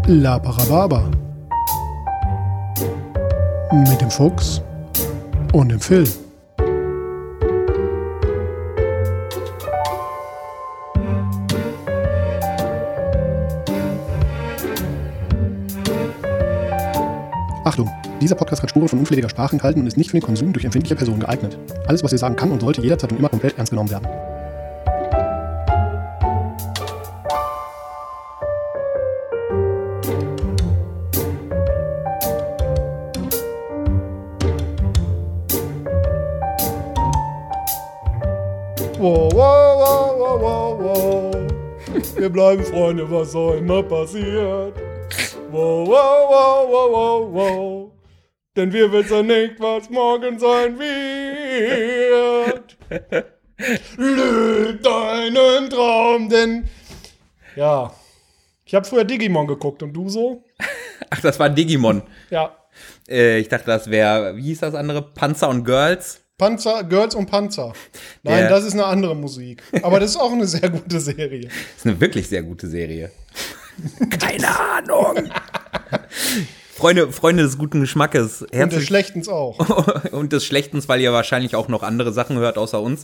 La Parababa. Mit dem Fuchs und dem Phil. Achtung, dieser Podcast kann Spuren von unflätiger Sprache enthalten und ist nicht für den Konsum durch empfindliche Personen geeignet. Alles, was wir sagen, kann und sollte jederzeit und immer komplett ernst genommen werden. Wow, wow, wow, wow, wow, wow. Wir bleiben Freunde, was auch immer passiert. Wow, wow, wow, wow, wow, wow. Denn wir wissen nicht, was morgen sein wird. Leb deinen Traum, denn... Ja, ich habe früher Digimon geguckt und du so? Ach, das war Digimon. Ja. Ich dachte, das wäre, wie hieß das andere? Panzer und Girls? Panzer, Girls und Panzer. Nein, das ist eine andere Musik. Aber das ist auch eine sehr gute Serie. Das ist eine wirklich sehr gute Serie. Keine Ahnung. Freunde des guten Geschmackes. Und des Schlechtens auch. Und des Schlechtens, weil ihr wahrscheinlich auch noch andere Sachen hört außer uns.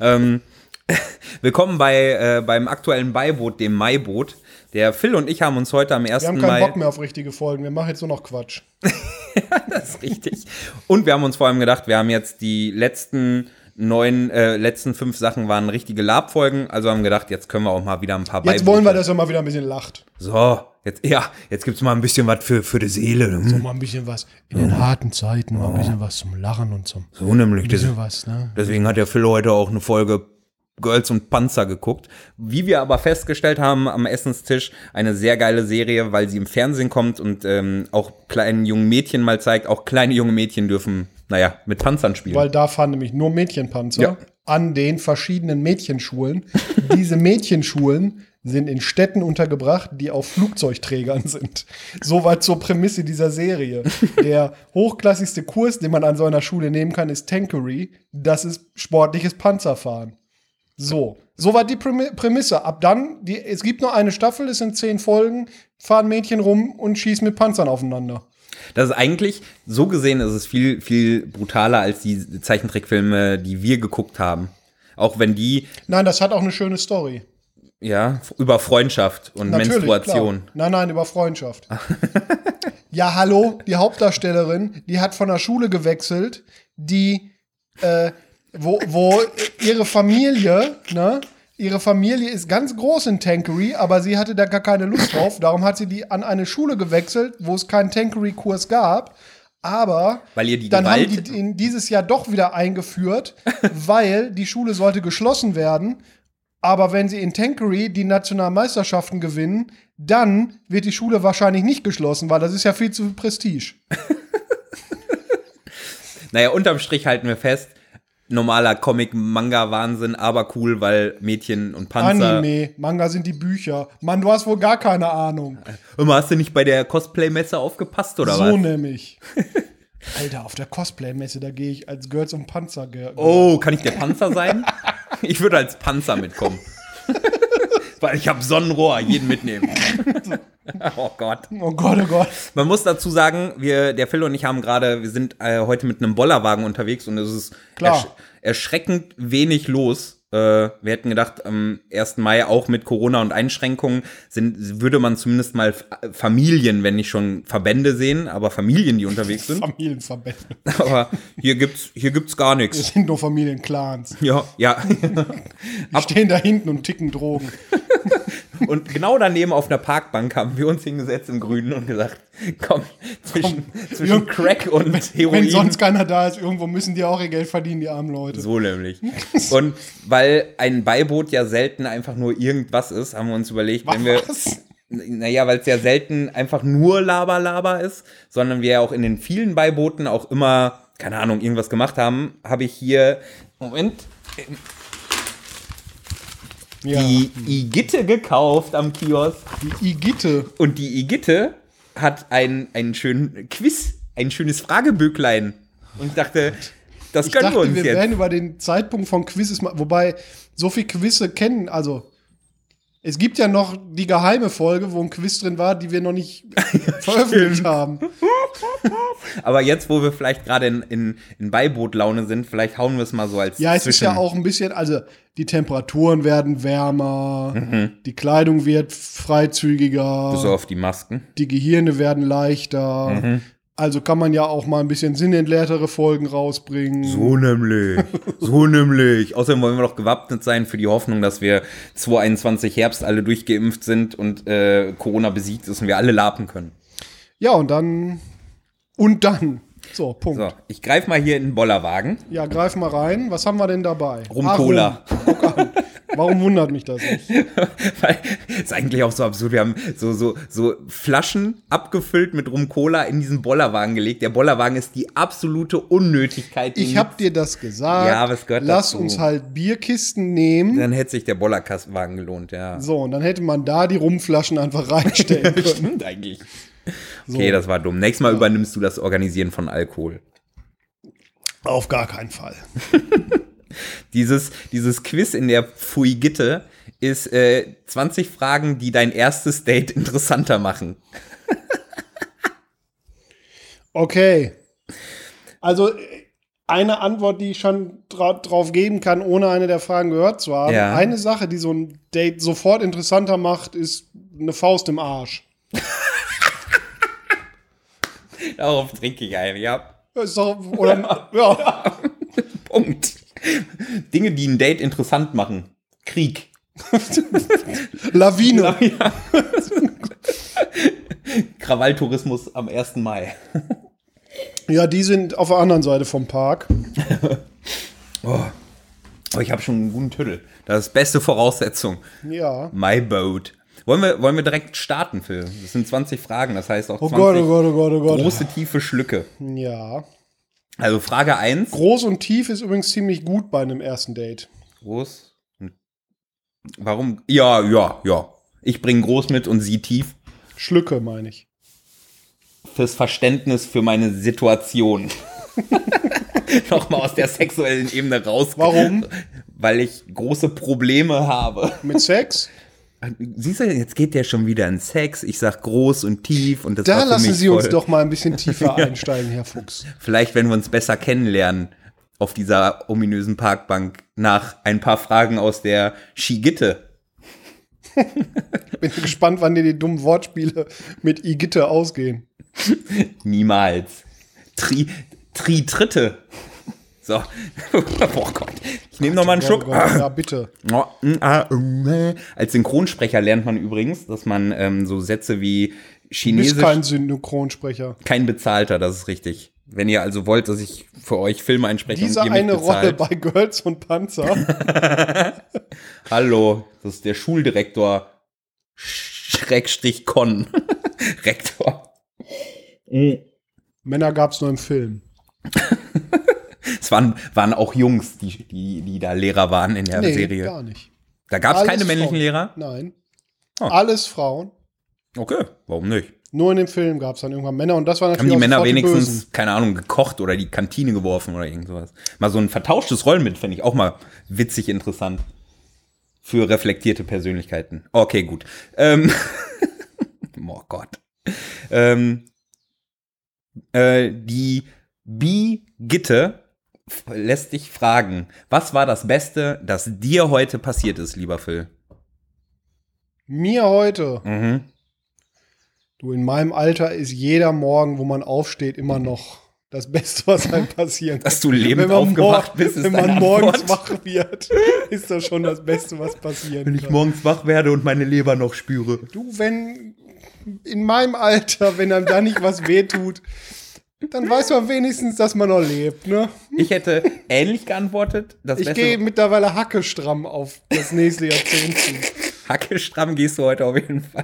Willkommen beim aktuellen Beiboot, dem Maiboot. Der Phil und ich haben uns heute am 1. Mai... Wir haben keinen Bock mehr auf richtige Folgen. Wir machen jetzt nur noch Quatsch. Das ist richtig. Und wir haben uns vor allem gedacht, wir haben jetzt die letzten 5 Sachen waren richtige Lab-Folgen. Also haben gedacht, jetzt können wir auch mal wieder ein paar Jetzt wollen wir, dass er mal wieder ein bisschen lacht. So, jetzt gibt's mal ein bisschen was für die Seele. So mal ein bisschen was in den harten Zeiten, mal ein bisschen was zum Lachen und zum... So nämlich. Ein bisschen was, ne? Deswegen hat der Phil heute auch eine Folge Girls und Panzer geguckt. Wie wir aber festgestellt haben am Essenstisch, eine sehr geile Serie, weil sie im Fernsehen kommt und auch kleinen jungen Mädchen mal zeigt, auch kleine junge Mädchen dürfen, mit Panzern spielen. Weil da fahren nämlich nur Mädchenpanzer an den verschiedenen Mädchenschulen. Diese Mädchenschulen sind in Städten untergebracht, die auf Flugzeugträgern sind. Soweit zur Prämisse dieser Serie. Der hochklassigste Kurs, den man an so einer Schule nehmen kann, ist Tankery. Das ist sportliches Panzerfahren. So war die Prämisse. Ab dann, es gibt nur eine Staffel, es sind 10 Folgen, fahren Mädchen rum und schießen mit Panzern aufeinander. Das ist eigentlich, so gesehen, ist es viel, viel brutaler als die Zeichentrickfilme, die wir geguckt haben. Auch wenn die... Nein, das hat auch eine schöne Story. Ja, über Freundschaft und natürlich, Menstruation. Klar. Nein, über Freundschaft. Ja, hallo, die Hauptdarstellerin, die hat von der Schule gewechselt, die... Wo ihre Familie ist ganz groß in Tankery, aber sie hatte da gar keine Lust drauf. Darum hat sie die an eine Schule gewechselt, wo es keinen Tankery-Kurs gab. Aber dann haben die ihn dieses Jahr doch wieder eingeführt, weil die Schule sollte geschlossen werden. Aber wenn sie in Tankery die Nationalmeisterschaften gewinnen, dann wird die Schule wahrscheinlich nicht geschlossen, weil das ist ja viel zu viel Prestige. Unterm Strich halten wir fest, normaler Comic-Manga-Wahnsinn, aber cool, weil Mädchen und Panzer... Anime, Manga sind die Bücher. Mann, du hast wohl gar keine Ahnung. Immer, hast du nicht bei der Cosplay-Messe aufgepasst, oder was? So nämlich. Alter, auf der Cosplay-Messe, da gehe ich als Girls und Panzer. Oh, kann ich der Panzer sein? Ich würde als Panzer mitkommen. Weil ich habe Sonnenrohr, jeden mitnehmen. Oh Gott. Oh Gott, oh Gott. Man muss dazu sagen, der Phil und ich wir sind heute mit einem Bollerwagen unterwegs und es ist erschreckend wenig los. Wir hätten gedacht, am 1. Mai auch mit Corona und Einschränkungen würde man zumindest mal Familien, wenn nicht schon Verbände sehen, aber Familien, die unterwegs sind. Familienverbände. Aber hier gibt's gar nichts. Wir sind nur Familienclans. Ja. Die stehen da hinten und ticken Drogen. Und genau daneben auf einer Parkbank haben wir uns hingesetzt im Grünen und gesagt, komm, zwischen Crack und Heroin. Wenn sonst keiner da ist, irgendwo müssen die auch ihr Geld verdienen, die armen Leute. So nämlich. Und weil ein Beiboot ja selten einfach nur irgendwas ist, haben wir uns überlegt, weil es ja selten einfach nur Laber ist, sondern wir ja auch in den vielen Beibooten auch immer, keine Ahnung, irgendwas gemacht haben, habe ich hier, die Igitte gekauft am Kiosk. Die Igitte. Und die Igitte hat einen schönen Quiz, ein schönes Frageböcklein. Und ich dachte, das gönnen wir uns jetzt. Wir werden über den Zeitpunkt von Quizzes, wobei so viel Quizze kennen, also Es gibt ja noch die geheime Folge, wo ein Quiz drin war, die wir noch nicht veröffentlicht haben. Aber jetzt, wo wir vielleicht gerade in Beiboot-Laune sind, vielleicht hauen wir es mal so als Ja, es ist ja auch ein bisschen, also die Temperaturen werden wärmer, die Kleidung wird freizügiger. Bis auf die Masken. Die Gehirne werden leichter. Also kann man ja auch mal ein bisschen sinnentleertere Folgen rausbringen. So nämlich. So nämlich. Außerdem wollen wir doch gewappnet sein für die Hoffnung, dass wir 2021 Herbst alle durchgeimpft sind und Corona besiegt ist und wir alle lapen können. Ja, und dann. So, Punkt. So, ich greife mal hier in den Bollerwagen. Ja, greif mal rein. Was haben wir denn dabei? Rum-Cola. Guck an. Warum wundert mich das nicht? Weil, ist eigentlich auch so absurd. Wir haben so Flaschen abgefüllt mit Rum-Cola in diesen Bollerwagen gelegt. Der Bollerwagen ist die absolute Unnötigkeit. Ich hab dir das gesagt. Ja, was gehört Lass dazu? uns halt Bierkisten nehmen. Dann hätte sich der Bollerwagen gelohnt, ja. So, und dann hätte man da die Rumflaschen einfach reinstellen können. Stimmt eigentlich. Okay, das war dumm. Nächstes Mal übernimmst du das Organisieren von Alkohol. Auf gar keinen Fall. Dieses Quiz in der Fuigitte ist 20 Fragen, die dein erstes Date interessanter machen. Okay. Also eine Antwort, die ich schon drauf geben kann, ohne eine der Fragen gehört zu haben. Ja. Eine Sache, die so ein Date sofort interessanter macht, ist eine Faust im Arsch. Darauf trinke ich ein, ja. Ist doch, oder, ja. Punkt. Dinge, die ein Date interessant machen. Krieg. Lawine. Krawalltourismus am 1. Mai. Ja, die sind auf der anderen Seite vom Park. Oh, ich habe schon einen guten Tüdel. Das ist beste Voraussetzung. Ja. My boat. Wollen wir direkt starten, Phil? Das sind 20 Fragen, das heißt auch 20 oh Gott. Große, tiefe Schlücke. Ja. Also Frage 1. Groß und tief ist übrigens ziemlich gut bei einem ersten Date. Groß? Warum? Ja. Ich bringe groß mit und sie tief. Schlücke, meine ich. Fürs Verständnis für meine Situation. Nochmal aus der sexuellen Ebene raus. Warum? Weil ich große Probleme habe. Mit Sex? Siehst du, jetzt geht der schon wieder in Sex. Ich sag groß und tief und das da war für lassen mich Sie voll. uns doch mal ein bisschen tiefer einsteigen, Herr Fuchs. Vielleicht, wenn wir uns besser kennenlernen auf dieser ominösen Parkbank nach ein paar Fragen aus der Skigitte. Bin gespannt, wann dir die dummen Wortspiele mit Igitte ausgehen. Niemals. Tritte. So. Oh Gott. Ich nehme noch mal einen Schluck. Ja, bitte. Als Synchronsprecher lernt man übrigens, dass man so Sätze wie Chinesisch. Du bist kein Synchronsprecher. Kein bezahlter, das ist richtig. Wenn ihr also wollt, dass ich für euch Filme einspreche Diese und ihr mich eine Rolle bezahlt. bei Girls und Panzer. Hallo, das ist der Schuldirektor /Con. Rektor. Männer gab's nur im Film. Es waren auch Jungs, die da Lehrer waren in der Serie. Gar nicht. Da gab es keine Frauen. männlichen Lehrer? Nein. Oh. Alles Frauen. Okay, warum nicht? Nur in dem Film gab es dann irgendwann Männer und das war Haben natürlich die auch Männer sofort die wenigstens, Bösen. keine Ahnung, gekocht oder die Kantine geworfen oder irgend sowas. Mal so ein vertauschtes Rollenbild fände ich auch mal witzig interessant. Für reflektierte Persönlichkeiten. Okay, gut. Oh Gott. Die Bi-Gitte lässt dich fragen, was war das Beste, das dir heute passiert ist, lieber Phil? Mir heute. Mhm. Du, in meinem Alter ist jeder Morgen, wo man aufsteht, immer noch das Beste, was einem passieren kann. Dass du lebend aufgewacht bist, ist wenn deine man morgens Antwort. wach wird, ist das schon das Beste, was passieren Wenn kann. ich morgens wach werde und meine Leber noch spüre. Du, wenn in meinem Alter, wenn einem da nicht was wehtut, dann weiß man wenigstens, dass man noch lebt, ne? Ich hätte ähnlich geantwortet. Ich gehe mittlerweile hackestramm auf das nächste Jahrzehnt zu. Hackestramm gehst du heute auf jeden Fall.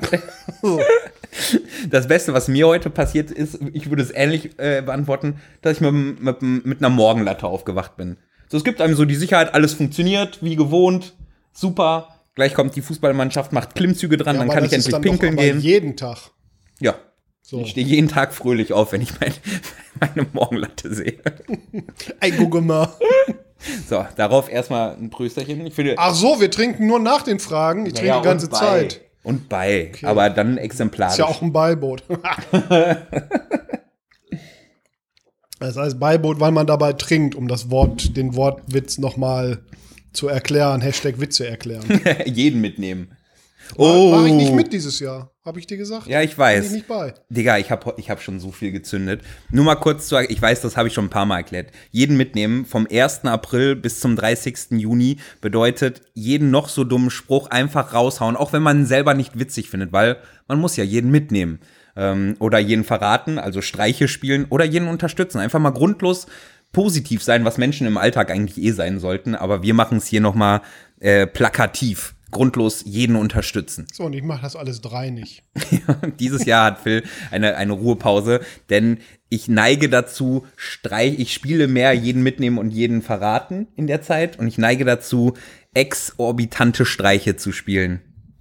Das Beste, was mir heute passiert ist, ich würde es ähnlich beantworten, dass ich mit einer Morgenlatte aufgewacht bin. So, es gibt einem so die Sicherheit, alles funktioniert, wie gewohnt, super. Gleich kommt die Fußballmannschaft, macht Klimmzüge dran, dann kann ich endlich pinkeln gehen. Jeden Tag. Ja. So. Ich stehe jeden Tag fröhlich auf, wenn ich meine Morgenlatte sehe. Ey, guck mal. So, darauf erstmal ein Prösterchen. Ich finde, Ach so, wir trinken nur nach den Fragen. Ich trinke die ganze Zeit. Und bei, okay. Aber dann exemplarisch. Ist ja auch ein Beiboot. Das heißt Beiboot, weil man dabei trinkt, um den Wortwitz nochmal zu erklären. #Witze erklären. Jeden mitnehmen. Mach ich nicht mit dieses Jahr, habe ich dir gesagt. Ja, ich weiß. Bin ich nicht bei. Digga, ich hab schon so viel gezündet. Nur mal kurz zu, ich weiß, das habe ich schon ein paar Mal erklärt. Jeden mitnehmen vom 1. April bis zum 30. Juni bedeutet, jeden noch so dummen Spruch einfach raushauen, auch wenn man ihn selber nicht witzig findet, weil man muss ja jeden mitnehmen. Oder jeden verraten, also Streiche spielen oder jeden unterstützen. Einfach mal grundlos positiv sein, was Menschen im Alltag eigentlich sein sollten. Aber wir machen es hier nochmal plakativ. Grundlos jeden unterstützen. So, und ich mache das alles 3 nicht. Dieses Jahr hat Phil eine Ruhepause, denn ich neige dazu, ich spiele mehr jeden mitnehmen und jeden verraten in der Zeit und ich neige dazu, exorbitante Streiche zu spielen.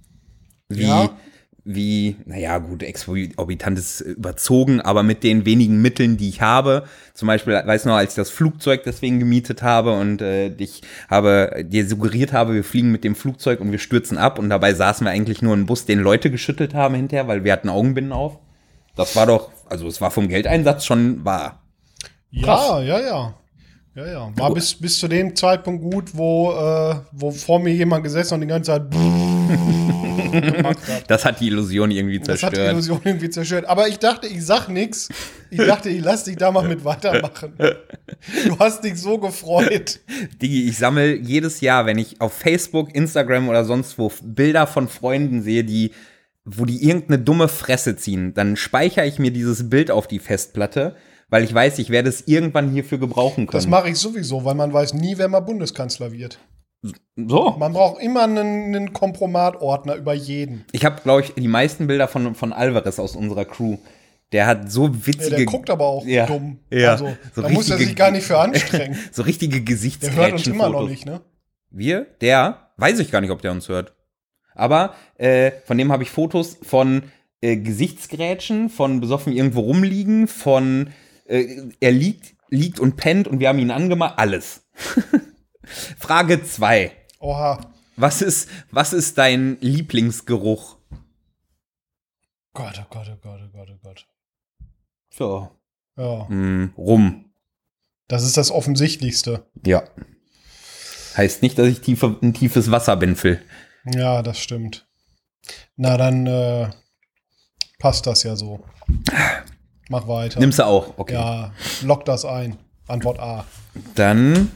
Naja, gut, exorbitant ist überzogen, aber mit den wenigen Mitteln, die ich habe, zum Beispiel, weißt du noch, als ich das Flugzeug deswegen gemietet habe und ich dir suggeriert habe, wir fliegen mit dem Flugzeug und wir stürzen ab und dabei saßen wir eigentlich nur im Bus, den Leute geschüttelt haben hinterher, weil wir hatten Augenbinden auf. Das war doch, also es war vom Geldeinsatz schon wahr. Ja. War bis zu dem Zeitpunkt gut, wo vor mir jemand gesessen und die ganze Zeit gemacht hat. Das hat die Illusion irgendwie zerstört. Aber ich dachte, ich sag nix. Ich dachte, ich lass dich da mal mit weitermachen. Du hast dich so gefreut. Digi, ich sammle jedes Jahr, wenn ich auf Facebook, Instagram oder sonst wo Bilder von Freunden sehe, wo die irgendeine dumme Fresse ziehen, dann speichere ich mir dieses Bild auf die Festplatte, weil ich weiß, ich werde es irgendwann hierfür gebrauchen können. Das mache ich sowieso, weil man weiß nie, wer mal Bundeskanzler wird. So. Man braucht immer einen Kompromatordner über jeden. Ich habe, glaube ich, die meisten Bilder von Alvarez aus unserer Crew. Der hat so witzige... Ja, der guckt aber auch dumm. Ja. Also, so da muss er sich gar nicht für anstrengen. So richtige Gesichtsgrätschen. Der hört uns immer noch nicht, ne? Wir? Der? Weiß ich gar nicht, ob der uns hört. Aber von dem habe ich Fotos von Gesichtsgrätschen, von besoffen irgendwo rumliegen, von er liegt und pennt und wir haben ihn angemacht. Alles. Frage 2. Oha. Was ist dein Lieblingsgeruch? Gott, oh Gott, oh Gott, oh Gott, oh Gott. So. Ja. Rum. Das ist das Offensichtlichste. Ja. Heißt nicht, dass ich ein tiefes Wasser bin, Phil. Ja, das stimmt. Na, dann passt das ja so. Mach weiter. Nimmst du auch? Okay. Ja, lock das ein. Antwort A. Dann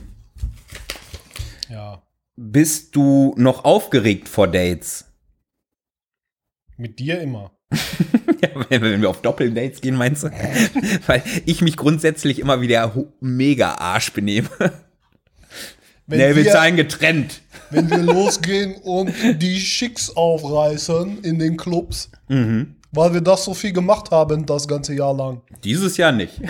ja. Bist du noch aufgeregt vor Dates? Mit dir immer. Ja, wenn wir auf Doppeldates gehen, meinst du? Weil ich mich grundsätzlich immer wie der Mega-Arsch benehme. Wir zahlen getrennt. Wenn wir losgehen und die Schicks aufreißen in den Clubs, weil wir das so viel gemacht haben das ganze Jahr lang. Dieses Jahr nicht.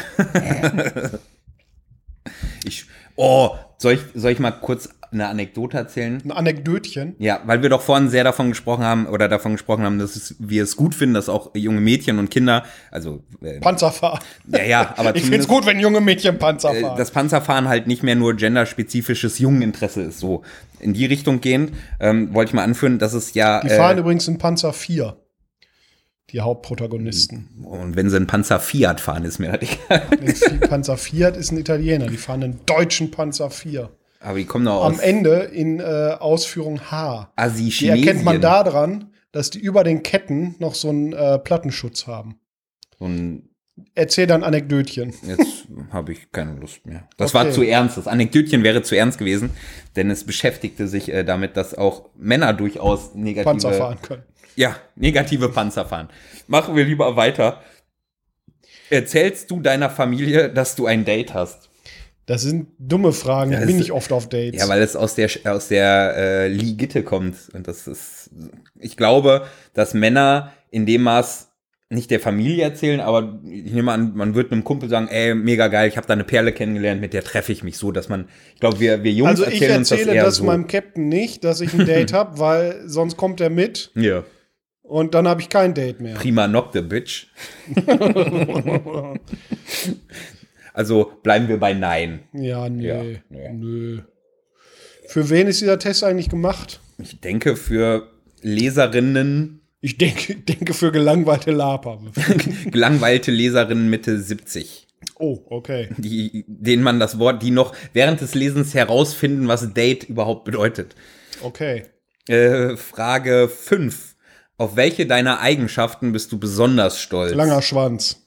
Soll ich mal kurz eine Anekdote erzählen? Ein Anekdötchen? Ja, weil wir doch vorhin sehr davon gesprochen haben, dass wir es gut finden, dass auch junge Mädchen und Kinder, also Panzerfahren. Ja, aber ich find's gut, wenn junge Mädchen Panzer fahren. Das Panzerfahren halt nicht mehr nur genderspezifisches Jungeninteresse ist, so in die Richtung gehend, wollte ich mal anführen, dass es ja... Die fahren übrigens in Panzer 4. Die Hauptprotagonisten. Und wenn sie einen Panzer Fiat fahren, ist mir das egal. Panzer Fiat ist ein Italiener. Die fahren einen deutschen Panzer 4. Aber die kommen doch aus. Am Ende in Ausführung H. Die erkennt man daran, dass die über den Ketten noch so einen Plattenschutz haben. Erzähl dann Anekdötchen. Jetzt habe ich keine Lust mehr. Das war zu ernst. Das Anekdötchen wäre zu ernst gewesen, denn es beschäftigte sich damit, dass auch Männer durchaus negative Panzer fahren können. Ja, negative Panzer fahren. Machen wir lieber weiter. Erzählst du deiner Familie, dass du ein Date hast? Das sind dumme Fragen. Ich bin nicht oft auf Dates. Ja, weil es aus der Ligitte kommt. Und das ist, ich glaube, dass Männer in dem Maß nicht der Familie erzählen, aber ich nehme an, man wird einem Kumpel sagen, ey, mega geil, ich habe da eine Perle kennengelernt, mit der treffe ich mich so, dass man, ich glaube, wir Jungs erzählen uns das eher so. Also ich erzähle das meinem Captain nicht, dass ich ein Date habe, weil sonst kommt er mit. Ja. Und dann habe ich kein Date mehr. Prima knock the bitch. Also bleiben wir bei Nein. Ja, nee. Nö. Für wen ist dieser Test eigentlich gemacht? Ich denke für Leserinnen. Ich denke für gelangweilte Laper. Gelangweilte Leserinnen Mitte 70. Oh, okay. Denen man das Wort, die noch während des Lesens herausfinden, was Date überhaupt bedeutet. Okay. Frage 5. Auf welche deiner Eigenschaften bist du besonders stolz? Langer Schwanz.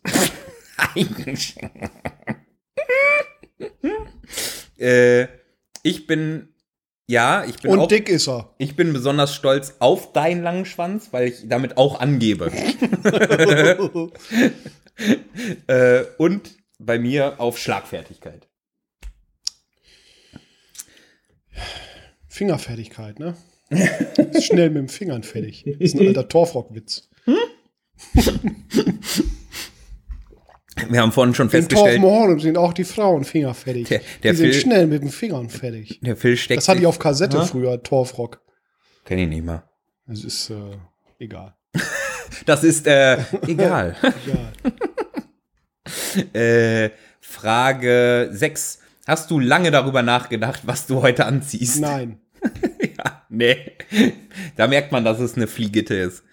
Ich bin Und auch, dick ist er. ich bin besonders stolz auf deinen langen Schwanz, weil ich damit auch angebe. Und bei mir auf Schlagfertigkeit. Fingerfertigkeit, ne? Ist schnell mit den Fingern fertig. Das ist ein alter Torfrock-Witz. Wir haben vorhin schon In festgestellt, Torfmoor sind auch die Frauen fingerfertig. Der Die sind Phil- schnell mit den Fingern fertig. der Phil steckt Das hatte ich sich- auf Kassette früher, Torfrock. Kenn ich nicht mal. Das ist egal. Das ist egal. Egal. Frage 6. Hast du lange darüber nachgedacht, was du heute anziehst? Nein. Ja, nee. Da merkt man, dass es eine Fliegete ist.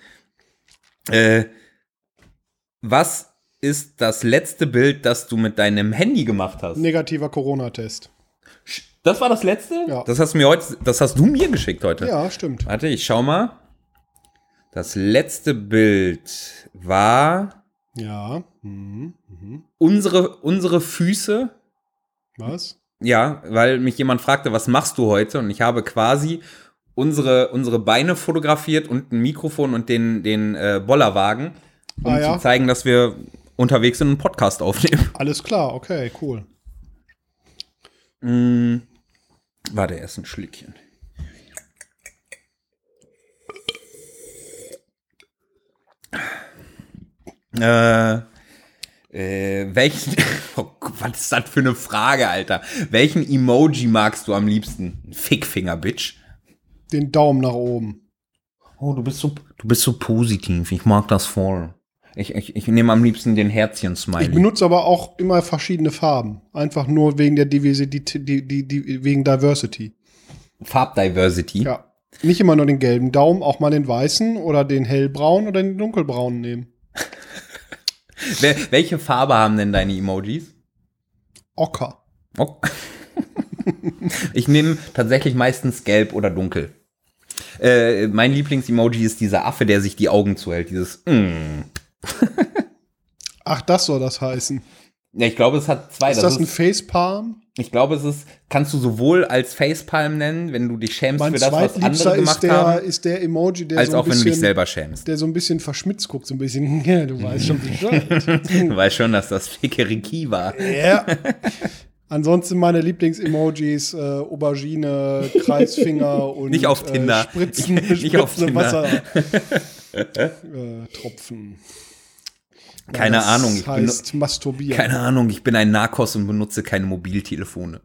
Was ist das letzte Bild, das du mit deinem Handy gemacht hast? Negativer Corona-Test. Das war das letzte? Ja. Das hast du mir geschickt heute. Ja, stimmt. Warte, ich schau mal. Das letzte Bild war Ja. unsere Füße. Was? Ja, weil mich jemand fragte, was machst du heute? Und ich habe quasi unsere Beine fotografiert und ein Mikrofon und den Bollerwagen, um ja. zu zeigen, dass wir unterwegs sind und einen Podcast aufnehmen. Alles klar, okay, cool. Warte, erst ein Schlückchen. Oh, was ist das für eine Frage, Alter? Welchen Emoji magst du am liebsten? Fickfinger, Bitch. Den Daumen nach oben. Oh, du bist so positiv. Ich mag das voll. Ich nehme am liebsten den Herzchen-Smiley. Ich benutze aber auch immer verschiedene Farben. Einfach nur wegen der Diversität, wegen Diversity. Farbdiversity. Ja. Nicht immer nur den gelben Daumen, auch mal den weißen oder den hellbraunen oder den dunkelbraunen nehmen. Welche Farbe haben denn deine Emojis? Ocker. Oh. Ich nehme tatsächlich meistens gelb oder dunkel. Mein Lieblings-Emoji ist dieser Affe, der sich die Augen zuhält. Dieses Ach, das soll das heißen. Ja, ich glaube, es hat zwei. Ist das ein Facepalm? Ich glaube, kannst du sowohl als Facepalm nennen, wenn du dich schämst Mein für das, was zweitliebster andere gemacht haben, ist der Emoji, der als so ein auch wenn du dich bisschen, selber schämst. der so ein bisschen verschmitzt guckt, so ein bisschen, ja, du weißt schon Bescheid. Du weißt schon, dass das Fikeriki war. Ja. Ansonsten meine Lieblings-Emojis, Aubergine, Kreisfinger und Nicht auf Tinder. Nicht auf Tinder. Wasser. Tropfen. Keine Das Ahnung. heißt masturbieren. Keine Ahnung, ich bin ein Narcos und benutze keine Mobiltelefone.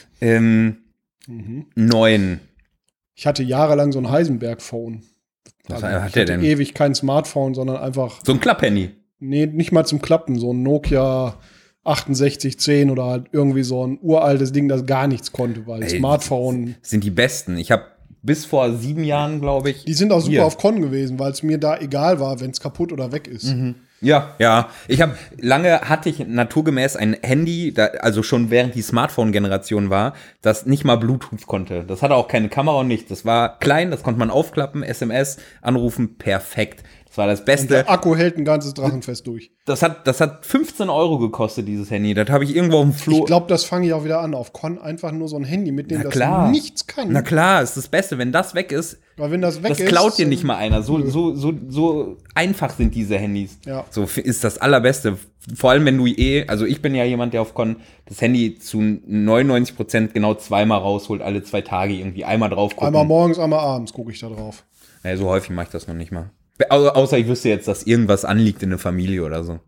9. Ich hatte jahrelang so ein Heisenberg-Phone. Was Also, hat ich der hatte denn? ewig kein Smartphone, sondern einfach, So ein Klapphandy. nee, nicht mal zum Klappen, so ein Nokia 6810 oder halt irgendwie so ein uraltes Ding, das gar nichts konnte, weil Ey, Smartphone, Sind die besten. Ich habe bis vor 7 Jahren, glaube ich. die sind auch super Hier. auf Con gewesen, weil es mir da egal war, wenn es kaputt oder weg ist. Ja. Lange hatte ich naturgemäß ein Handy, also schon während die Smartphone-Generation war, das nicht mal Bluetooth konnte. Das hatte auch keine Kamera und nichts. Das war klein, das konnte man aufklappen, SMS, anrufen, perfekt. Das war das Und Beste. der Akku hält ein ganzes Drachenfest durch. Das hat 15 € gekostet, dieses Handy. Das habe ich irgendwo auf dem Flur. Ich glaube, das fange ich auch wieder an. Auf Con einfach nur so ein Handy mitnehmen, Na das klar. nichts kann. Na klar, ist das Beste. Wenn das weg ist, Weil wenn das weg das ist. klaut dir nicht mal einer. So einfach sind diese Handys. Ja. So ist das Allerbeste. Vor allem, wenn du also ich bin ja jemand, der auf Con das Handy zu 99% genau zweimal rausholt, alle 2 Tage irgendwie einmal drauf gucken. Einmal morgens, einmal abends gucke ich da drauf. Naja, so häufig mache ich das noch nicht mal. Außer ich wüsste jetzt, dass irgendwas anliegt in der Familie oder so.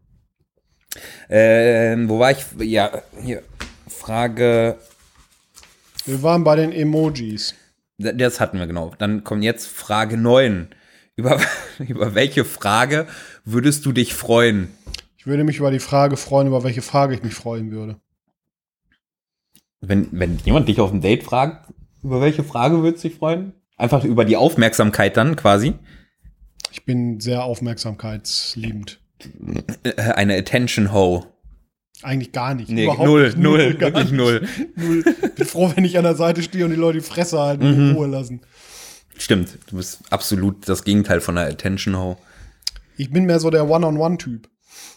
Wo war ich? Ja, hier. Frage. Wir waren bei den Emojis. Das hatten wir genau. Dann kommt jetzt Frage 9. Über welche Frage würdest du dich freuen? Ich würde mich über die Frage freuen, über welche Frage ich mich freuen würde. Wenn jemand dich auf ein Date fragt, über welche Frage würdest du dich freuen? Einfach über die Aufmerksamkeit dann quasi? Ich bin sehr aufmerksamkeitsliebend. Eine Attention-Ho. Eigentlich gar nicht. Nee, Überhaupt null, nicht. Wirklich null. Bin froh, wenn ich an der Seite stehe und die Leute die Fresse halten und in Ruhe lassen. Stimmt, du bist absolut das Gegenteil von einer Attention-Ho. Ich bin mehr so der One-on-One-Typ.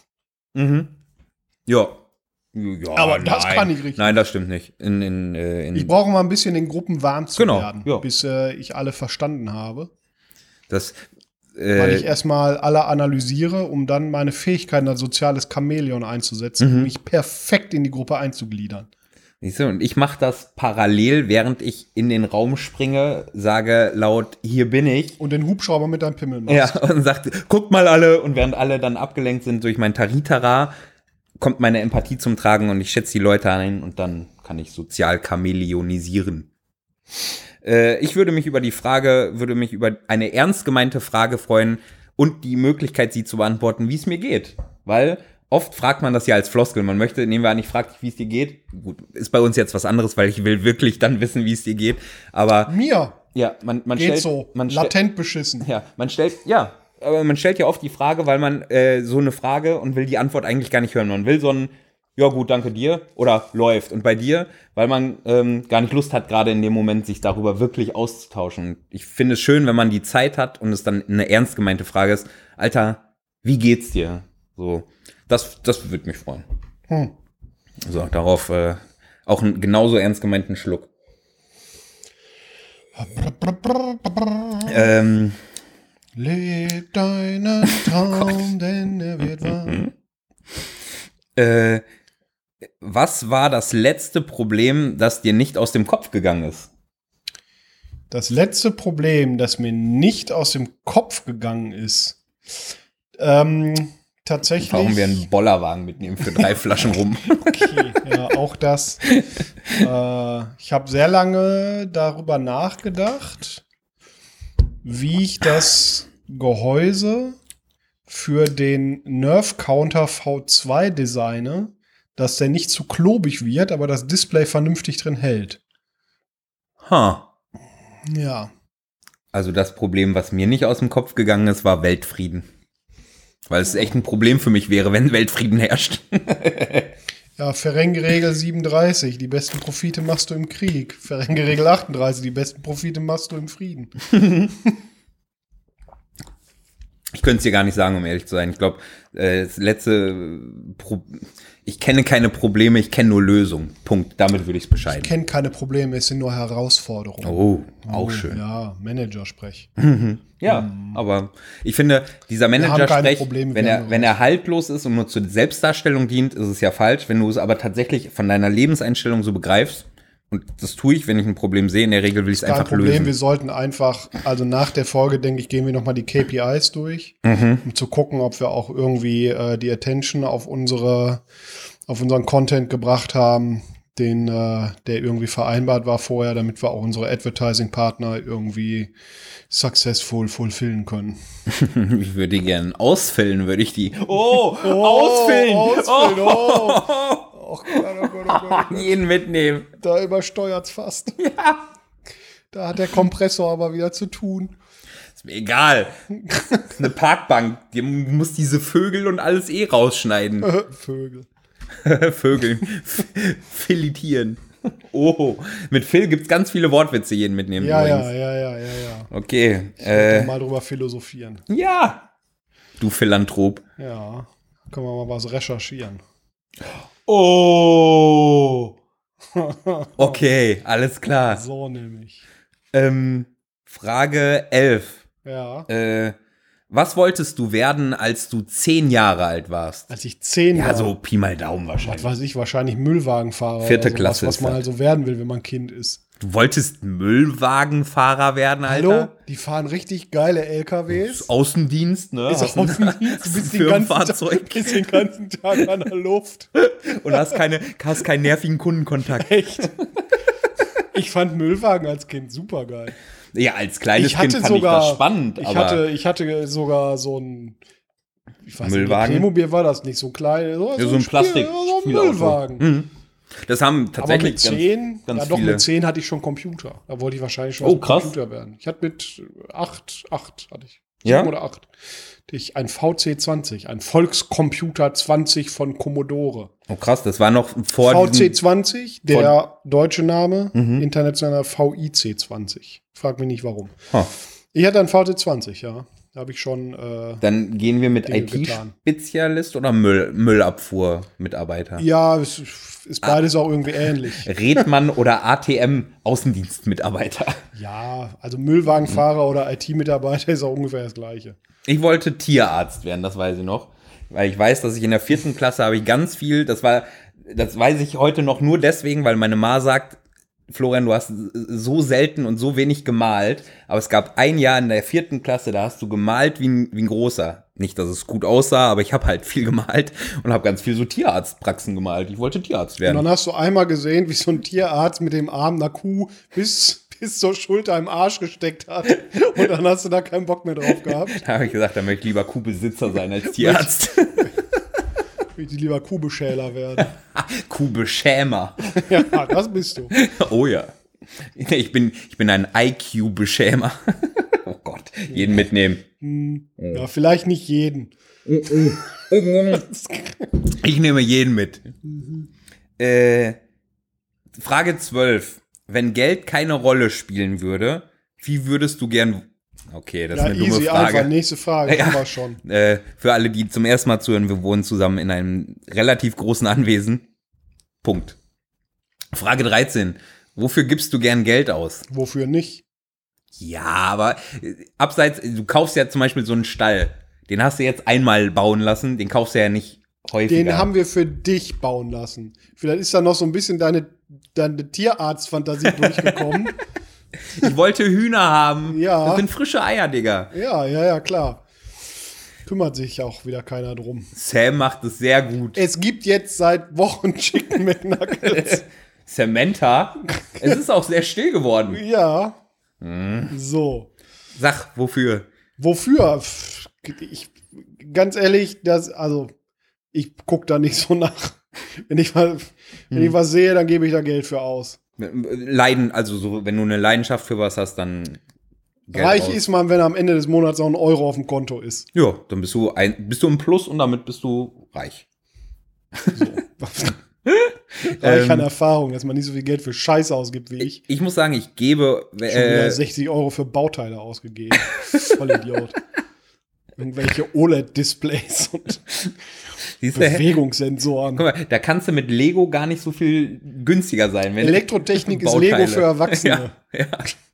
Ja. Aber das kann ich richtig. Nein, das stimmt nicht. Ich brauche mal ein bisschen in Gruppen warm zu werden, ja. bis ich alle verstanden habe. Das, weil ich erstmal alle analysiere, um dann meine Fähigkeiten als soziales Chamäleon einzusetzen, um mich perfekt in die Gruppe einzugliedern. Siehst du, und ich mache das parallel, während ich in den Raum springe, sage laut, hier bin ich. Und den Hubschrauber mit deinem Pimmel machst. Ja, und sagt, guckt mal alle. Und während alle dann abgelenkt sind durch mein Taritara, kommt meine Empathie zum Tragen und ich schätze die Leute ein und dann kann ich sozial chamäleonisieren. Ich würde mich über eine ernst gemeinte Frage freuen und die Möglichkeit, sie zu beantworten, wie es mir geht. Weil oft fragt man das ja als Floskel. Man möchte, nehmen wir an, ich frage dich, wie es dir geht. Gut, ist bei uns jetzt was anderes, weil ich will wirklich dann wissen, wie es dir geht. Aber mir ja, man geht stellt, so, latent beschissen. Ja, aber man stellt ja oft die Frage, weil man so eine Frage und will die Antwort eigentlich gar nicht hören. Man will so ein, ja gut, danke dir oder läuft. Und bei dir, weil man gar nicht Lust hat, gerade in dem Moment sich darüber wirklich auszutauschen. Ich finde es schön, wenn man die Zeit hat und es dann eine ernst gemeinte Frage ist, Alter, wie geht's dir? So, das würde mich freuen. So, darauf auch einen genauso ernst gemeinten Schluck. Leb deinen Traum, denn er wird wahr. Was war das letzte Problem, das dir nicht aus dem Kopf gegangen ist? Das letzte Problem, das mir nicht aus dem Kopf gegangen ist, tatsächlich. Warum wir einen Bollerwagen mitnehmen für 3 Flaschen rum. Okay, ja, auch das. Ich habe sehr lange darüber nachgedacht, wie ich das Gehäuse für den Nerf Counter V2 designe, dass der nicht zu klobig wird, aber das Display vernünftig drin hält. Ja. Also das Problem, was mir nicht aus dem Kopf gegangen ist, war Weltfrieden. Weil es echt ein Problem für mich wäre, wenn Weltfrieden herrscht. Ja, Ferengi-Regel 37, die besten Profite machst du im Krieg. Ferengi-Regel 38, die besten Profite machst du im Frieden. Ich könnte es dir gar nicht sagen, um ehrlich zu sein. Ich glaube, ich kenne keine Probleme, ich kenne nur Lösungen. Punkt. Damit würde ich es bescheiden. Ich kenne keine Probleme, es sind nur Herausforderungen. Oh, auch schön. Ja, Manager-Sprech. Ja, aber ich finde, dieser Manager-Sprech, wenn er haltlos ist und nur zur Selbstdarstellung dient, ist es ja falsch. Wenn du es aber tatsächlich von deiner Lebenseinstellung so begreifst, und das tue ich, wenn ich ein Problem sehe, in der Regel will ich es einfach lösen. Wir sollten einfach, also nach der Folge, denke ich, gehen wir nochmal die KPIs durch, um zu gucken, ob wir auch irgendwie die Attention auf unseren Content gebracht haben, der irgendwie vereinbart war vorher, damit wir auch unsere Advertising-Partner irgendwie successful fulfillen können. Ich würde die gerne ausfüllen, würde ich die. Ausfüllen! Oh Gott. Jeden mitnehmen. Da übersteuert's fast. Ja. Da hat der Kompressor aber wieder zu tun. Ist mir egal. Das ist eine Parkbank. Du musst diese Vögel und alles rausschneiden. Vögel. Vögel. Filetieren. Oh, mit Phil gibt's ganz viele Wortwitze, jeden mitnehmen. Ja. Okay. Mal drüber philosophieren. Ja. Du Philanthrop. Ja. Können wir mal was recherchieren. Oh. Okay, alles klar. So nämlich. Frage 11. Ja. Was wolltest du werden, als du 10 Jahre alt warst? Als ich 10 war. Ja, so Pi mal Daumen wahrscheinlich. Was weiß ich, wahrscheinlich Müllwagenfahrer. 4. Klasse. Was man also werden will, wenn man Kind ist. Du wolltest Müllwagenfahrer werden, Alter? Hallo? Die fahren richtig geile LKWs. Außendienst, ne? Ist Außendienst. Du bist den ganzen Tag an der Luft. Und hast keinen nervigen Kundenkontakt. Echt? Ich fand Müllwagen als Kind super geil. Ja, als kleines Kind fand ich das spannend. Ich hatte sogar so ein, ich weiß Müllwagen? nicht, Playmobil war das nicht, so ein kleines, so ein Plastik. So ein Müllwagen. Das haben tatsächlich aber mit 10, ganz ja doch, viele. mit 10 hatte ich schon Computer. Da wollte ich wahrscheinlich schon Oh, mit krass. Computer werden. Ich hatte mit 8 hatte ich. Ja? 7 oder 8. Ich ein VC20, ein Volkscomputer 20 von Commodore. Oh krass, das war noch vor diesem- VC20, der deutsche Name, internationaler VIC20. Frag mich nicht warum. Huh. Ich hatte einen VC20, ja. Da habe ich schon. Dann gehen wir mit Dinge getan. IT-Spezialist oder Müllabfuhr-Mitarbeiter? Ja, es ist beides auch irgendwie ähnlich. Redmann oder ATM-Außendienstmitarbeiter? Ja, also Müllwagenfahrer oder IT-Mitarbeiter ist auch ungefähr das Gleiche. Ich wollte Tierarzt werden, das weiß ich noch. Weil ich weiß, dass ich in der 4. Klasse habe ich ganz viel, das weiß ich heute noch nur deswegen, weil meine Ma sagt, Florian, du hast so selten und so wenig gemalt, aber es gab ein Jahr in der 4. Klasse, da hast du gemalt wie ein Großer. Nicht, dass es gut aussah, aber ich habe halt viel gemalt und habe ganz viel so Tierarztpraxen gemalt. Ich wollte Tierarzt werden. Und dann hast du einmal gesehen, wie so ein Tierarzt mit dem Arm einer Kuh bis zur Schulter im Arsch gesteckt hat. Und dann hast du da keinen Bock mehr drauf gehabt. Da habe ich gesagt, da möchte ich lieber Kuhbesitzer sein als Tierarzt. Ich will lieber Kuhbeschäler werden. Kuhbeschämer. Ja, das bist du. Oh ja. Ich bin ein IQ-Beschämer. Oh Gott, jeden mitnehmen. Ja, vielleicht nicht jeden. Ich nehme jeden mit. Frage 12. Wenn Geld keine Rolle spielen würde, wie würdest du gern... Okay, das ist eine dumme Frage. Einfach. Nächste Frage, Ja. haben wir schon. Für alle, die zum ersten Mal zuhören, wir wohnen zusammen in einem relativ großen Anwesen. Punkt. Frage 13. Wofür gibst du gern Geld aus? Wofür nicht? Ja, aber abseits, du kaufst ja zum Beispiel so einen Stall. Den hast du jetzt einmal bauen lassen, den kaufst du ja nicht häufiger. Den haben wir für dich bauen lassen. Vielleicht ist da noch so ein bisschen deine Tierarzt-Fantasie durchgekommen. Ich wollte Hühner haben. Ja. Das sind frische Eier, Digga. Ja, klar. Kümmert sich auch wieder keiner drum. Sam macht es sehr gut. Es gibt jetzt seit Wochen Chicken McNuggets. Samantha, es ist auch sehr still geworden. Ja. So. Sag, wofür? Wofür? Ganz ehrlich, ich gucke da nicht so nach. Wenn ich was sehe, dann gebe ich da Geld für aus. Also so, wenn du eine Leidenschaft für was hast, dann Geld Reich aus. ist man, wenn am Ende des Monats auch ein Euro auf dem Konto ist. Ja, dann bist du im Plus und damit bist du reich. So. Reich an Erfahrung, dass man nicht so viel Geld für Scheiße ausgibt wie ich. Ich muss sagen, ich gebe Schon wieder 60 Euro für Bauteile ausgegeben. Voll Idiot. Irgendwelche OLED-Displays und Bewegungssensoren. Guck mal, da kannst du mit Lego gar nicht so viel günstiger sein. Wenn Elektrotechnik ist Bauteile. Lego für Erwachsene. Ja.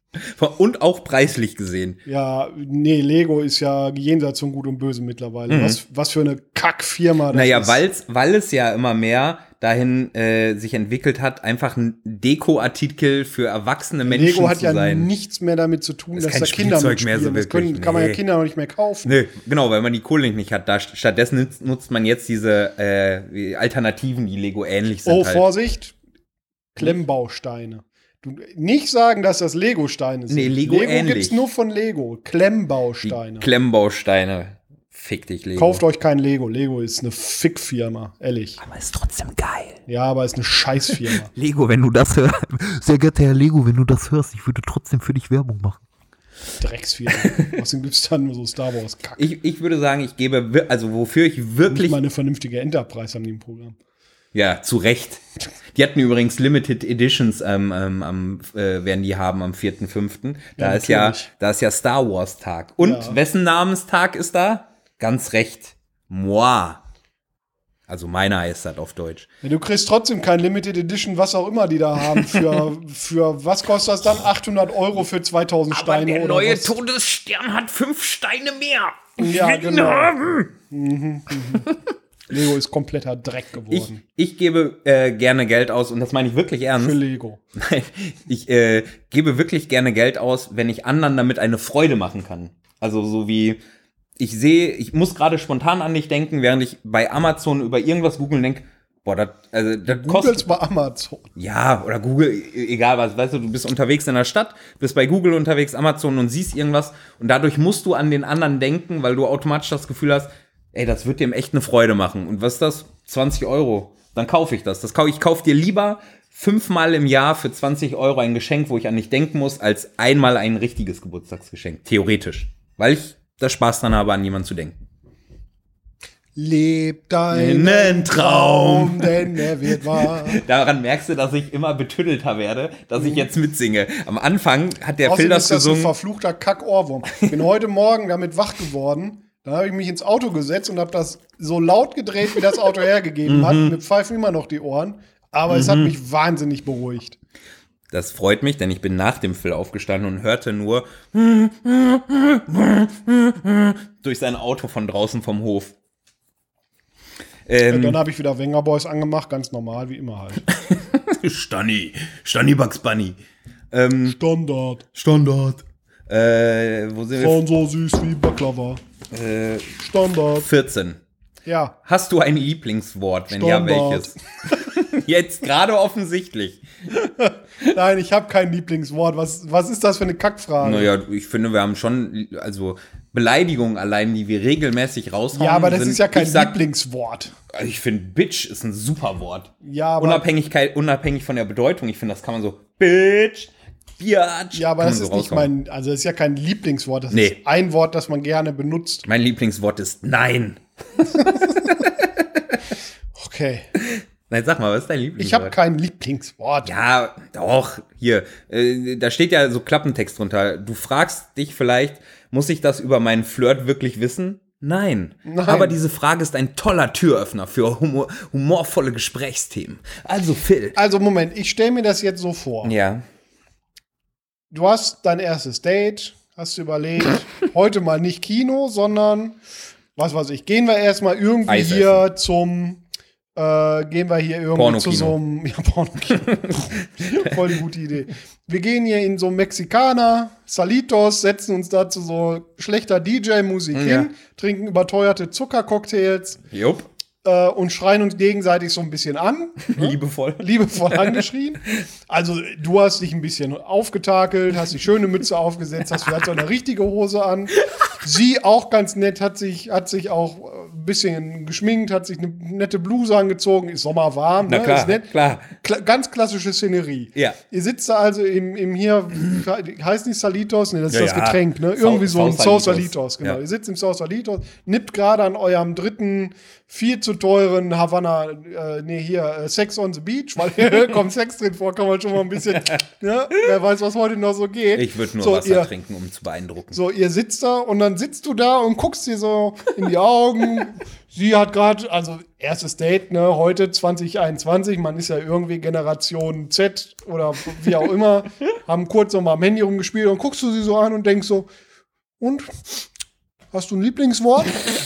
Und auch preislich gesehen. Ja, nee, Lego ist ja jenseits von Gut und Böse mittlerweile. Was für eine Kackfirma das ist. Weil es ja immer mehr dahin sich entwickelt hat, einfach ein Dekoartikel für erwachsene Menschen Lego hat zu ja sein. nichts mehr damit zu tun, Das ist dass kein da Kinder Spielzeug mehr so mitspielen. wirklich. Kann man ja Nee. Kinder noch nicht mehr kaufen. Nee, genau, weil man die Kohle nicht hat. Stattdessen nutzt man jetzt diese Alternativen, die Lego ähnlich sind. Oh, halt. Vorsicht, Klemmbausteine. Du, nicht sagen, dass das Lego-Steine sind. Nee, Lego ähnlich. Gibt's nur von Lego. Klemmbausteine. Klemmbausteine. Fick dich, Lego. Kauft euch kein Lego. Lego ist eine Fickfirma, ehrlich. Aber ist trotzdem geil. Ja, aber ist eine Scheißfirma. Lego, wenn du das hörst, sehr geehrter Herr Lego, wenn du das hörst, ich würde trotzdem für dich Werbung machen. Drecksfirma. Außerdem gibt's dann nur so Star Wars-Kack. Ich würde sagen, ich gebe, also wofür ich Nicht wirklich, mal eine vernünftige Enterprise haben die im Programm. ja, zu Recht. Die hatten übrigens Limited Editions, werden die haben am 4.5. Da ist ja Star Wars Tag. Und Ja. wessen Namenstag ist da? Ganz recht. Moi. Also meiner heißt das auf Deutsch. Ja, du kriegst trotzdem kein Limited Edition, was auch immer die da haben. Für was kostet das dann? 800 Euro für 2000 Steine oder was? Todesstern hat 5 Steine mehr. Ja, genau. Lego ist kompletter Dreck geworden. Ich gebe gerne Geld aus, und das meine ich wirklich ernst. Für Lego. Nein, ich gebe wirklich gerne Geld aus, wenn ich anderen damit eine Freude machen kann. Also so wie, ich muss gerade spontan an dich denken, während ich bei Amazon über irgendwas googeln denke, boah, das Googelst kostet. bei Amazon. Ja, oder Google, egal was, weißt du bist unterwegs in der Stadt, bist bei Google unterwegs, Amazon, und siehst irgendwas, und dadurch musst du an den anderen denken, weil du automatisch das Gefühl hast, ey, das wird dem echt eine Freude machen. Und was ist das? 20 Euro. dann kaufe ich das. Ich kaufe dir lieber 5-mal im Jahr für 20 € ein Geschenk, wo ich an dich denken muss, als einmal ein richtiges Geburtstagsgeschenk. Theoretisch. Weil ich das Spaß dran habe, an jemanden zu denken. Leb deinen Traum, denn er wird wahr. Daran merkst du, dass ich immer betüddelter werde, dass ich jetzt mitsinge. Am Anfang hat der Phil das gesungen. Das ist ein verfluchter Kack-Ohrwurm. Ich bin heute Morgen damit wach geworden. Dann habe ich mich ins Auto gesetzt und habe das so laut gedreht, wie das Auto hergegeben hat. Mir pfeifen immer noch die Ohren. Aber es hat mich wahnsinnig beruhigt. Das freut mich, denn ich bin nach dem Phil aufgestanden und hörte nur durch sein Auto von draußen vom Hof. Dann habe ich wieder Wenger Boys angemacht, ganz normal, wie immer halt. Stanni Bugs Bunny. Standard. Wo sind wir? So süß wie Baklava. Standard. 14. Ja. Hast du ein Lieblingswort? Wenn Standard. ja, welches? Jetzt gerade offensichtlich. Nein, ich habe kein Lieblingswort. Was ist das für eine Kackfrage? Naja, ich finde, wir haben schon, also Beleidigungen allein, die wir regelmäßig raushauen. Ja, aber das ist ja kein Lieblingswort. Ich finde, Bitch ist ein super Wort. Ja, aber unabhängig von der Bedeutung. Ich finde, das kann man so, Bitch, Biatch. Ja, aber das ist nicht also das ist ja kein Lieblingswort. Das ist ein Wort, das man gerne benutzt. Mein Lieblingswort ist Nein. Okay. Nein, sag mal, was ist dein Lieblingswort? Ich habe kein Lieblingswort. Ja, doch, hier. Da steht ja so Klappentext drunter. Du fragst dich vielleicht, muss ich das über meinen Flirt wirklich wissen? Nein. Aber diese Frage ist ein toller Türöffner für humorvolle Gesprächsthemen. Also, Phil. Also, Moment, ich stelle mir das jetzt so vor. Ja. Du hast dein erstes Date, hast du überlegt, heute mal nicht Kino, sondern, was weiß ich, gehen wir erstmal irgendwie Eis hier zum gehen wir hier irgendwie Pornokino. zu so einem Pornokino. Voll eine gute Idee. Wir gehen hier in so einen Mexikaner, Salitos, setzen uns da zu so schlechter DJ-Musik hin, trinken überteuerte Zuckercocktails und schreien uns gegenseitig so ein bisschen an. Liebevoll angeschrien. Also du hast dich ein bisschen aufgetakelt, hast die schöne Mütze aufgesetzt, hast vielleicht so eine richtige Hose an. Sie auch ganz nett, hat sich auch ein bisschen geschminkt, hat sich eine nette Bluse angezogen, ist sommerwarm, Na klar, ist nett. Klar. Ganz klassische Szenerie. Ja. Ihr sitzt da also im hier, heißt nicht Salitos, ne, das ist das Getränk, ne? Irgendwie so ein Sausalitos, genau. Ja. Ihr sitzt im Sausalitos, nippt gerade an eurem dritten, viel zu teuren Havanna, Sex on the Beach, weil hier kommt Sex drin vor, kann man schon mal ein bisschen, ja, wer weiß, was heute noch so geht. Ich würde nur Wasser trinken, um zu beeindrucken. So, ihr sitzt da und dann sitzt du da und guckst dir so in die Augen. Sie hat gerade, also erstes Date, ne, heute 2021, man ist ja irgendwie Generation Z oder wie auch immer, haben kurz noch mal am Handy rumgespielt und guckst du sie so an und denkst so, und? Hast du ein Lieblingswort?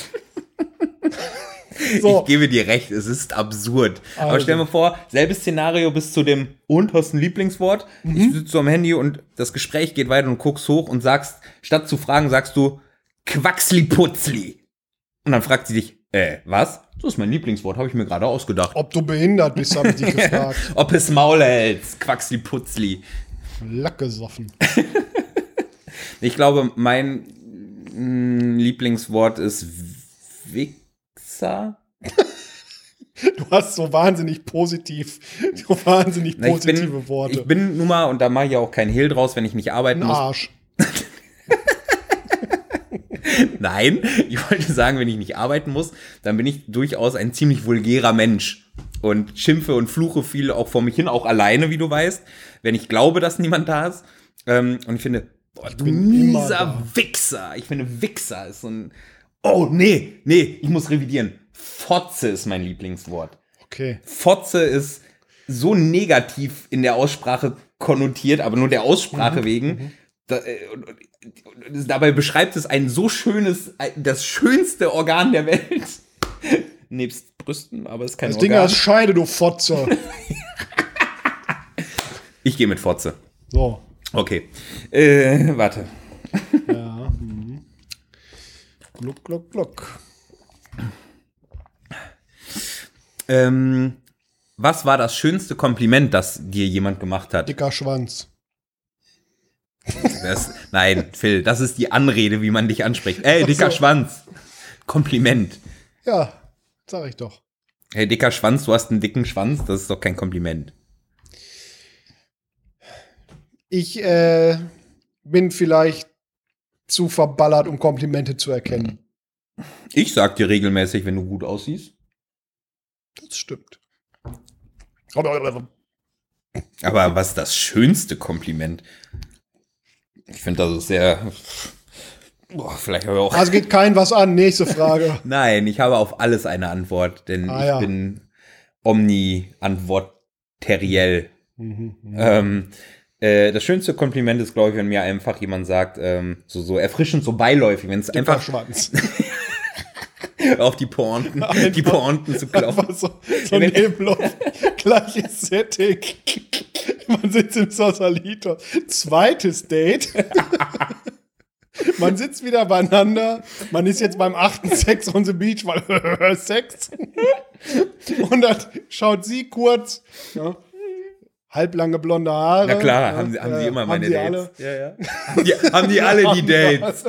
So. Ich gebe dir recht, es ist absurd. Also. Aber stell mir vor, selbes Szenario bis zu dem und hast ein Lieblingswort. Ich sitze so am Handy und das Gespräch geht weiter und guckst hoch und sagst, statt zu fragen, sagst du Quaxli-Putzli. Und dann fragt sie dich, was? Das ist mein Lieblingswort, habe ich mir gerade ausgedacht. Ob du behindert bist, habe ich dich gefragt. Ob es Maul hältst, Quaxli-Putzli. Lack gesoffen. Ich glaube, mein Lieblingswort ist Wichser. Du hast so wahnsinnig positive Worte. Ich bin nun mal, und da mache ich auch keinen Hehl draus, wenn ich nicht arbeiten muss. Arsch. Nein, ich wollte sagen, wenn ich nicht arbeiten muss, dann bin ich durchaus ein ziemlich vulgärer Mensch und schimpfe und fluche viel auch vor mich hin, auch alleine, wie du weißt, wenn ich glaube, dass niemand da ist. Und ich finde, du mieser Wichser. Ich finde, Wichser ist so ein, ich muss revidieren. Fotze ist mein Lieblingswort. Okay. Fotze ist so negativ in der Aussprache konnotiert, aber nur der Aussprache wegen. Dabei beschreibt es ein so schönes, das schönste Organ der Welt. Nebst Brüsten, aber es ist kein das Organ. Das Ding als Scheide, du Fotze. Ich gehe mit Fotze. So. Okay. Warte. Ja. Gluck, gluck, gluck. Was war das schönste Kompliment, das dir jemand gemacht hat? Dicker Schwanz. Nein, Phil, das ist die Anrede, wie man dich anspricht. Dicker Schwanz. Kompliment. Ja, sag ich doch. Hey, dicker Schwanz, du hast einen dicken Schwanz, das ist doch kein Kompliment. Ich bin vielleicht zu verballert, um Komplimente zu erkennen. Ich sag dir regelmäßig, wenn du gut aussiehst. Das stimmt. Aber was ist das schönste Kompliment? Ich finde das sehr. Vielleicht habe ich auch. Also geht kein was an. Nächste Frage. Nein, ich habe auf alles eine Antwort, denn ich bin omni-antworteriell. Das schönste Kompliment ist, glaube ich, wenn mir einfach jemand sagt, so erfrischend, so beiläufig, wenn es einfach Schwanz. auf die Pointen zu klopfen. So nebenlos. Gleiches Setting. Man sitzt im Sausalito. Zweites Date. Man sitzt wieder beieinander. Man ist jetzt beim 8. Sex on the Beach, weil Sex. Und dann schaut sie kurz. Ja, halblange blonde Haare. Na klar, haben sie immer meine Dates. Ja. Haben die alle die Dates.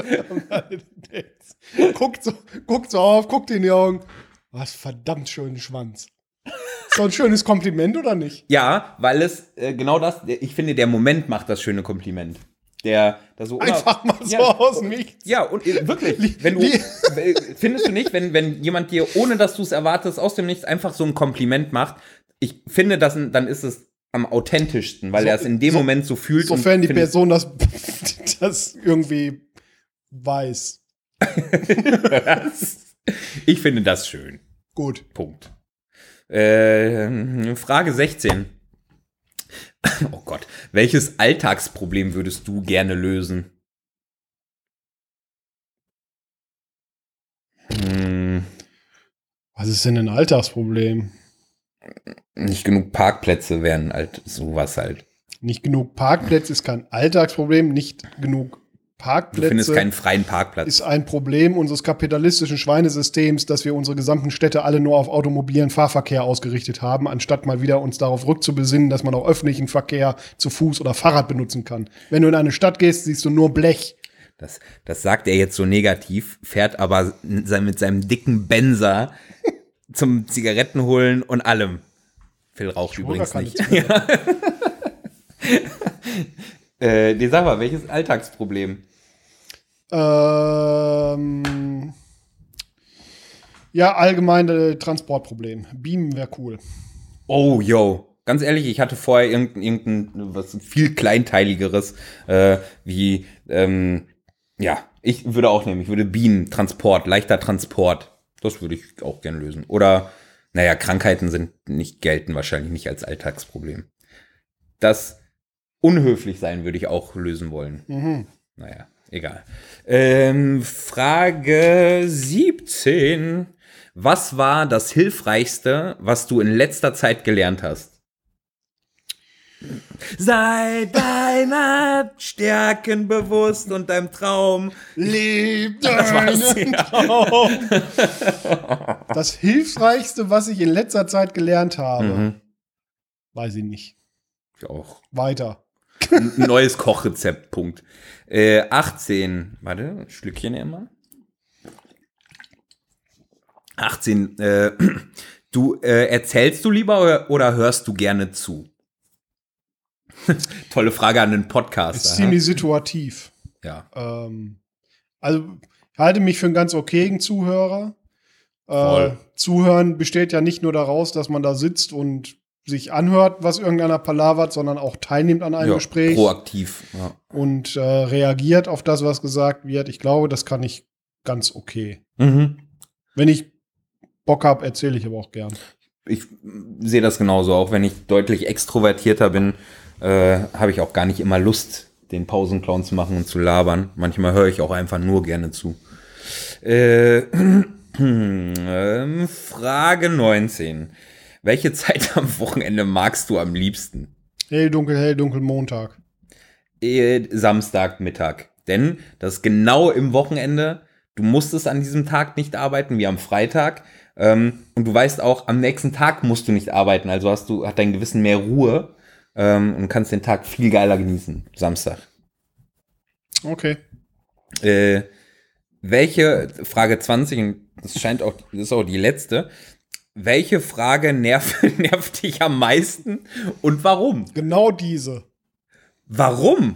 Guckt so auf, guckt in die Augen. Was verdammt schönen Schwanz. Ist doch ein schönes Kompliment, oder nicht? Ja, weil es genau das, ich finde, der Moment macht das schöne Kompliment. Das so einfach mal so aus dem Nichts. Ja, und wirklich, findest du nicht, wenn jemand dir, ohne dass du es erwartest, aus dem Nichts einfach so ein Kompliment macht, ich finde, dann ist es am authentischsten, weil er es in dem Moment so fühlt. Sofern die Person das irgendwie weiß. Ich finde das schön. Gut. Punkt. Frage 16. Oh Gott. Welches Alltagsproblem würdest du gerne lösen? Was ist denn ein Alltagsproblem? Nicht genug Parkplätze wären halt sowas halt. Nicht genug Parkplätze ist kein Alltagsproblem. Nicht genug Parkplätze. Du findest keinen freien Parkplatz. Ist ein Problem unseres kapitalistischen Schweinesystems, dass wir unsere gesamten Städte alle nur auf automobilen Fahrverkehr ausgerichtet haben, anstatt mal wieder uns darauf rückzubesinnen, dass man auch öffentlichen Verkehr zu Fuß oder Fahrrad benutzen kann. Wenn du in eine Stadt gehst, siehst du nur Blech. Das sagt er jetzt so negativ, fährt aber mit seinem dicken Benzer zum Zigaretten holen und allem. Phil raucht übrigens nicht. Ja. Sag mal, welches Alltagsproblem? Ja, allgemein Transportproblem. Beamen wäre cool. Oh, yo. Ganz ehrlich, ich hatte vorher irgendein was viel kleinteiligeres, wie, ich würde auch nehmen, ich würde Bienen, Transport, leichter Transport. Das würde ich auch gern lösen. Oder, Krankheiten gelten wahrscheinlich nicht als Alltagsproblem. Das unhöflich sein würde ich auch lösen wollen. Mhm. Naja, egal. Frage 17. Was war das Hilfreichste, was du in letzter Zeit gelernt hast? Sei deiner Stärken bewusst und deinem Traum. Lieb deinen Traum. Das Hilfreichste, was ich in letzter Zeit gelernt habe, weiß ich nicht. Ich auch. Weiter. Ein neues Kochrezept, Punkt. 18. Warte, ein Schlückchen immer. 18. Erzählst du lieber oder hörst du gerne zu? Tolle Frage an den Podcast. Ist ziemlich situativ. Ja. Also, ich halte mich für einen ganz okayen Zuhörer. Zuhören besteht ja nicht nur daraus, dass man da sitzt und sich anhört, was irgendeiner palavert, sondern auch teilnimmt an einem Gespräch. Proaktiv. Ja. Und reagiert auf das, was gesagt wird. Ich glaube, das kann ich ganz okay. Mhm. Wenn ich Bock habe, erzähle ich aber auch gern. Ich sehe das genauso. Auch wenn ich deutlich extrovertierter bin, habe ich auch gar nicht immer Lust, den Pausenclown zu machen und zu labern. Manchmal höre ich auch einfach nur gerne zu. Frage 19. Welche Zeit am Wochenende magst du am liebsten? Hell, dunkel, Montag. Samstagmittag. Denn das ist genau im Wochenende. Du musstest an diesem Tag nicht arbeiten, wie am Freitag. Und du weißt auch, am nächsten Tag musst du nicht arbeiten. Also hat dein Gewissen mehr Ruhe. Und kannst den Tag viel geiler genießen. Samstag. Okay. Welche, Frage 20, das ist auch die letzte. Welche Frage nervt dich am meisten und warum? Genau diese. Warum?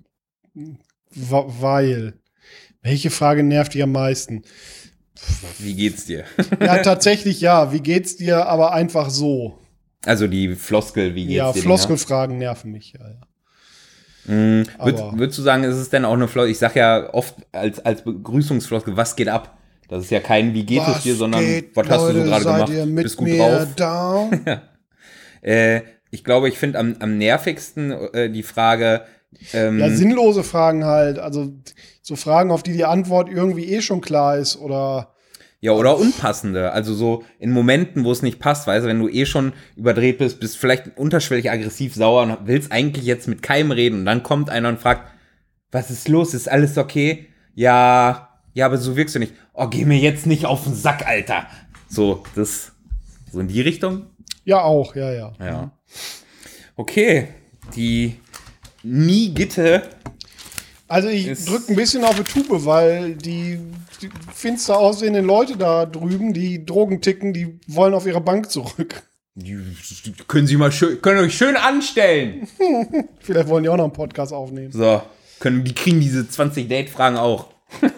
Weil. Welche Frage nervt dich am meisten? Wie geht's dir? Ja, tatsächlich ja. Wie geht's dir? Aber einfach so. Also die Floskel, wie geht's dir? Ja, Floskelfragen nerven mich, ja. Würdest du sagen, ist es denn auch eine Floskel? Ich sag ja oft als Begrüßungsfloskel, was geht ab? Das ist ja kein wie geht es dir, sondern was hast du so gerade gemacht? Bist gut drauf? Down? Ich glaube, ich finde am nervigsten die Frage. Ja, sinnlose Fragen halt. Also so Fragen, auf die die Antwort irgendwie schon klar ist oder. Ja, oder unpassende. Also so in Momenten, wo es nicht passt, weißt du, wenn du schon überdreht bist vielleicht unterschwellig aggressiv sauer und willst eigentlich jetzt mit keinem reden und dann kommt einer und fragt, was ist los? Ist alles okay? Ja, aber so wirkst du nicht. Oh, geh mir jetzt nicht auf den Sack, Alter. So in die Richtung? Ja, auch, ja. Ja. Okay, die Nigitte. Also ich drücke ein bisschen auf die Tube, weil die finster aussehenden Leute da drüben, die Drogen ticken, die wollen auf ihre Bank zurück. Die können euch schön anstellen. Vielleicht wollen die auch noch einen Podcast aufnehmen. So, die kriegen diese 20 Date-Fragen auch.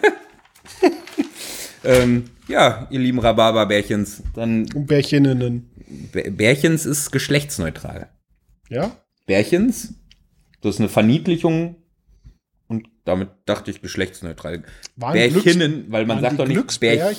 Ja, ihr lieben Rhabarberbärchens, dann. Und Bärcheninnen. Bärchens ist geschlechtsneutral. Ja? Bärchens, das ist eine Verniedlichung und damit dachte ich geschlechtsneutral. Bärchinnen, weil man sagt doch nicht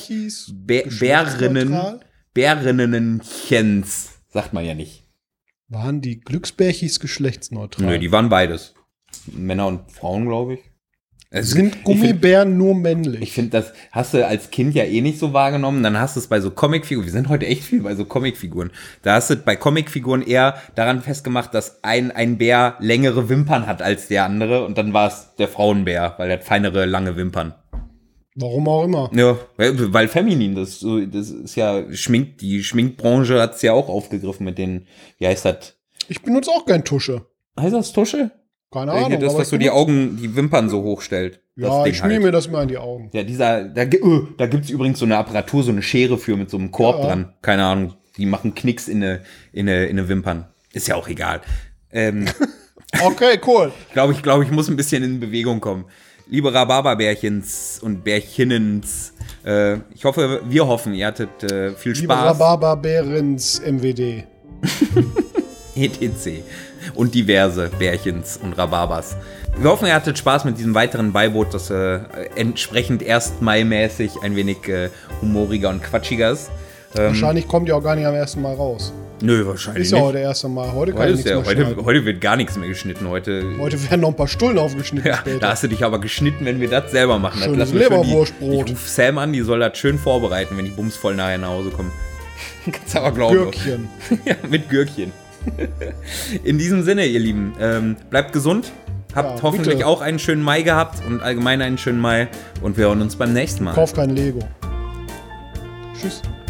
Bärinnenchens, sagt man ja nicht. Waren die Glücksbärchis geschlechtsneutral? Nö, die waren beides. Männer und Frauen, glaube ich. Sind Gummibären nur männlich? Ich finde, das hast du als Kind ja nicht so wahrgenommen. Dann hast du es bei so Comicfiguren. Wir sind heute echt viel bei so Comicfiguren. Da hast du bei Comicfiguren eher daran festgemacht, dass ein Bär längere Wimpern hat als der andere. Und dann war es der Frauenbär, weil er hat feinere, lange Wimpern. Warum auch immer. Ja, weil feminin, das ist ja die Schminkbranche hat es ja auch aufgegriffen mit den, wie heißt das? Ich benutze auch gern Tusche. Heißt das Tusche? Keine Ahnung. Das, was so die Wimpern so hochstellt. Ja, ich schmier mir das mal in die Augen. Ja, da gibt's übrigens so eine Apparatur, so eine Schere für mit so einem Korb dran. Keine Ahnung, die machen Knicks in eine Wimpern. Ist ja auch egal. Okay, cool. Ich glaube, ich muss ein bisschen in Bewegung kommen. Liebe Rhabarberbärchens und Bärchinnens, wir hoffen, ihr hattet viel Spaß. Liebe Rhabarberbärens MWD. ETC. Und diverse Bärchens und Rhabarbers. Wir hoffen, ihr hattet Spaß mit diesem weiteren Beiboot, das entsprechend erst Mai-mäßig ein wenig humoriger und quatschiger ist. Wahrscheinlich kommt ihr auch gar nicht am ersten Mal raus. Nö, wahrscheinlich nicht. Ist ja heute das erste Mal. Heute kann ich nichts mehr schneiden. Heute wird gar nichts mehr geschnitten. Heute werden noch ein paar Stullen aufgeschnitten später. Da hast du dich aber geschnitten, wenn wir das selber machen. Schönes Leberwurstbrot. Ich ruf Sam an, die soll das schön vorbereiten, wenn die bumsvoll nachher nach Hause kommen. Kannst aber glauben. Gürkchen. Ja, mit Gürkchen. In diesem Sinne, ihr Lieben, bleibt gesund. Habt hoffentlich bitte auch einen schönen Mai gehabt und allgemein einen schönen Mai. Und wir hören uns beim nächsten Mal. Kauf kein Lego. Tschüss.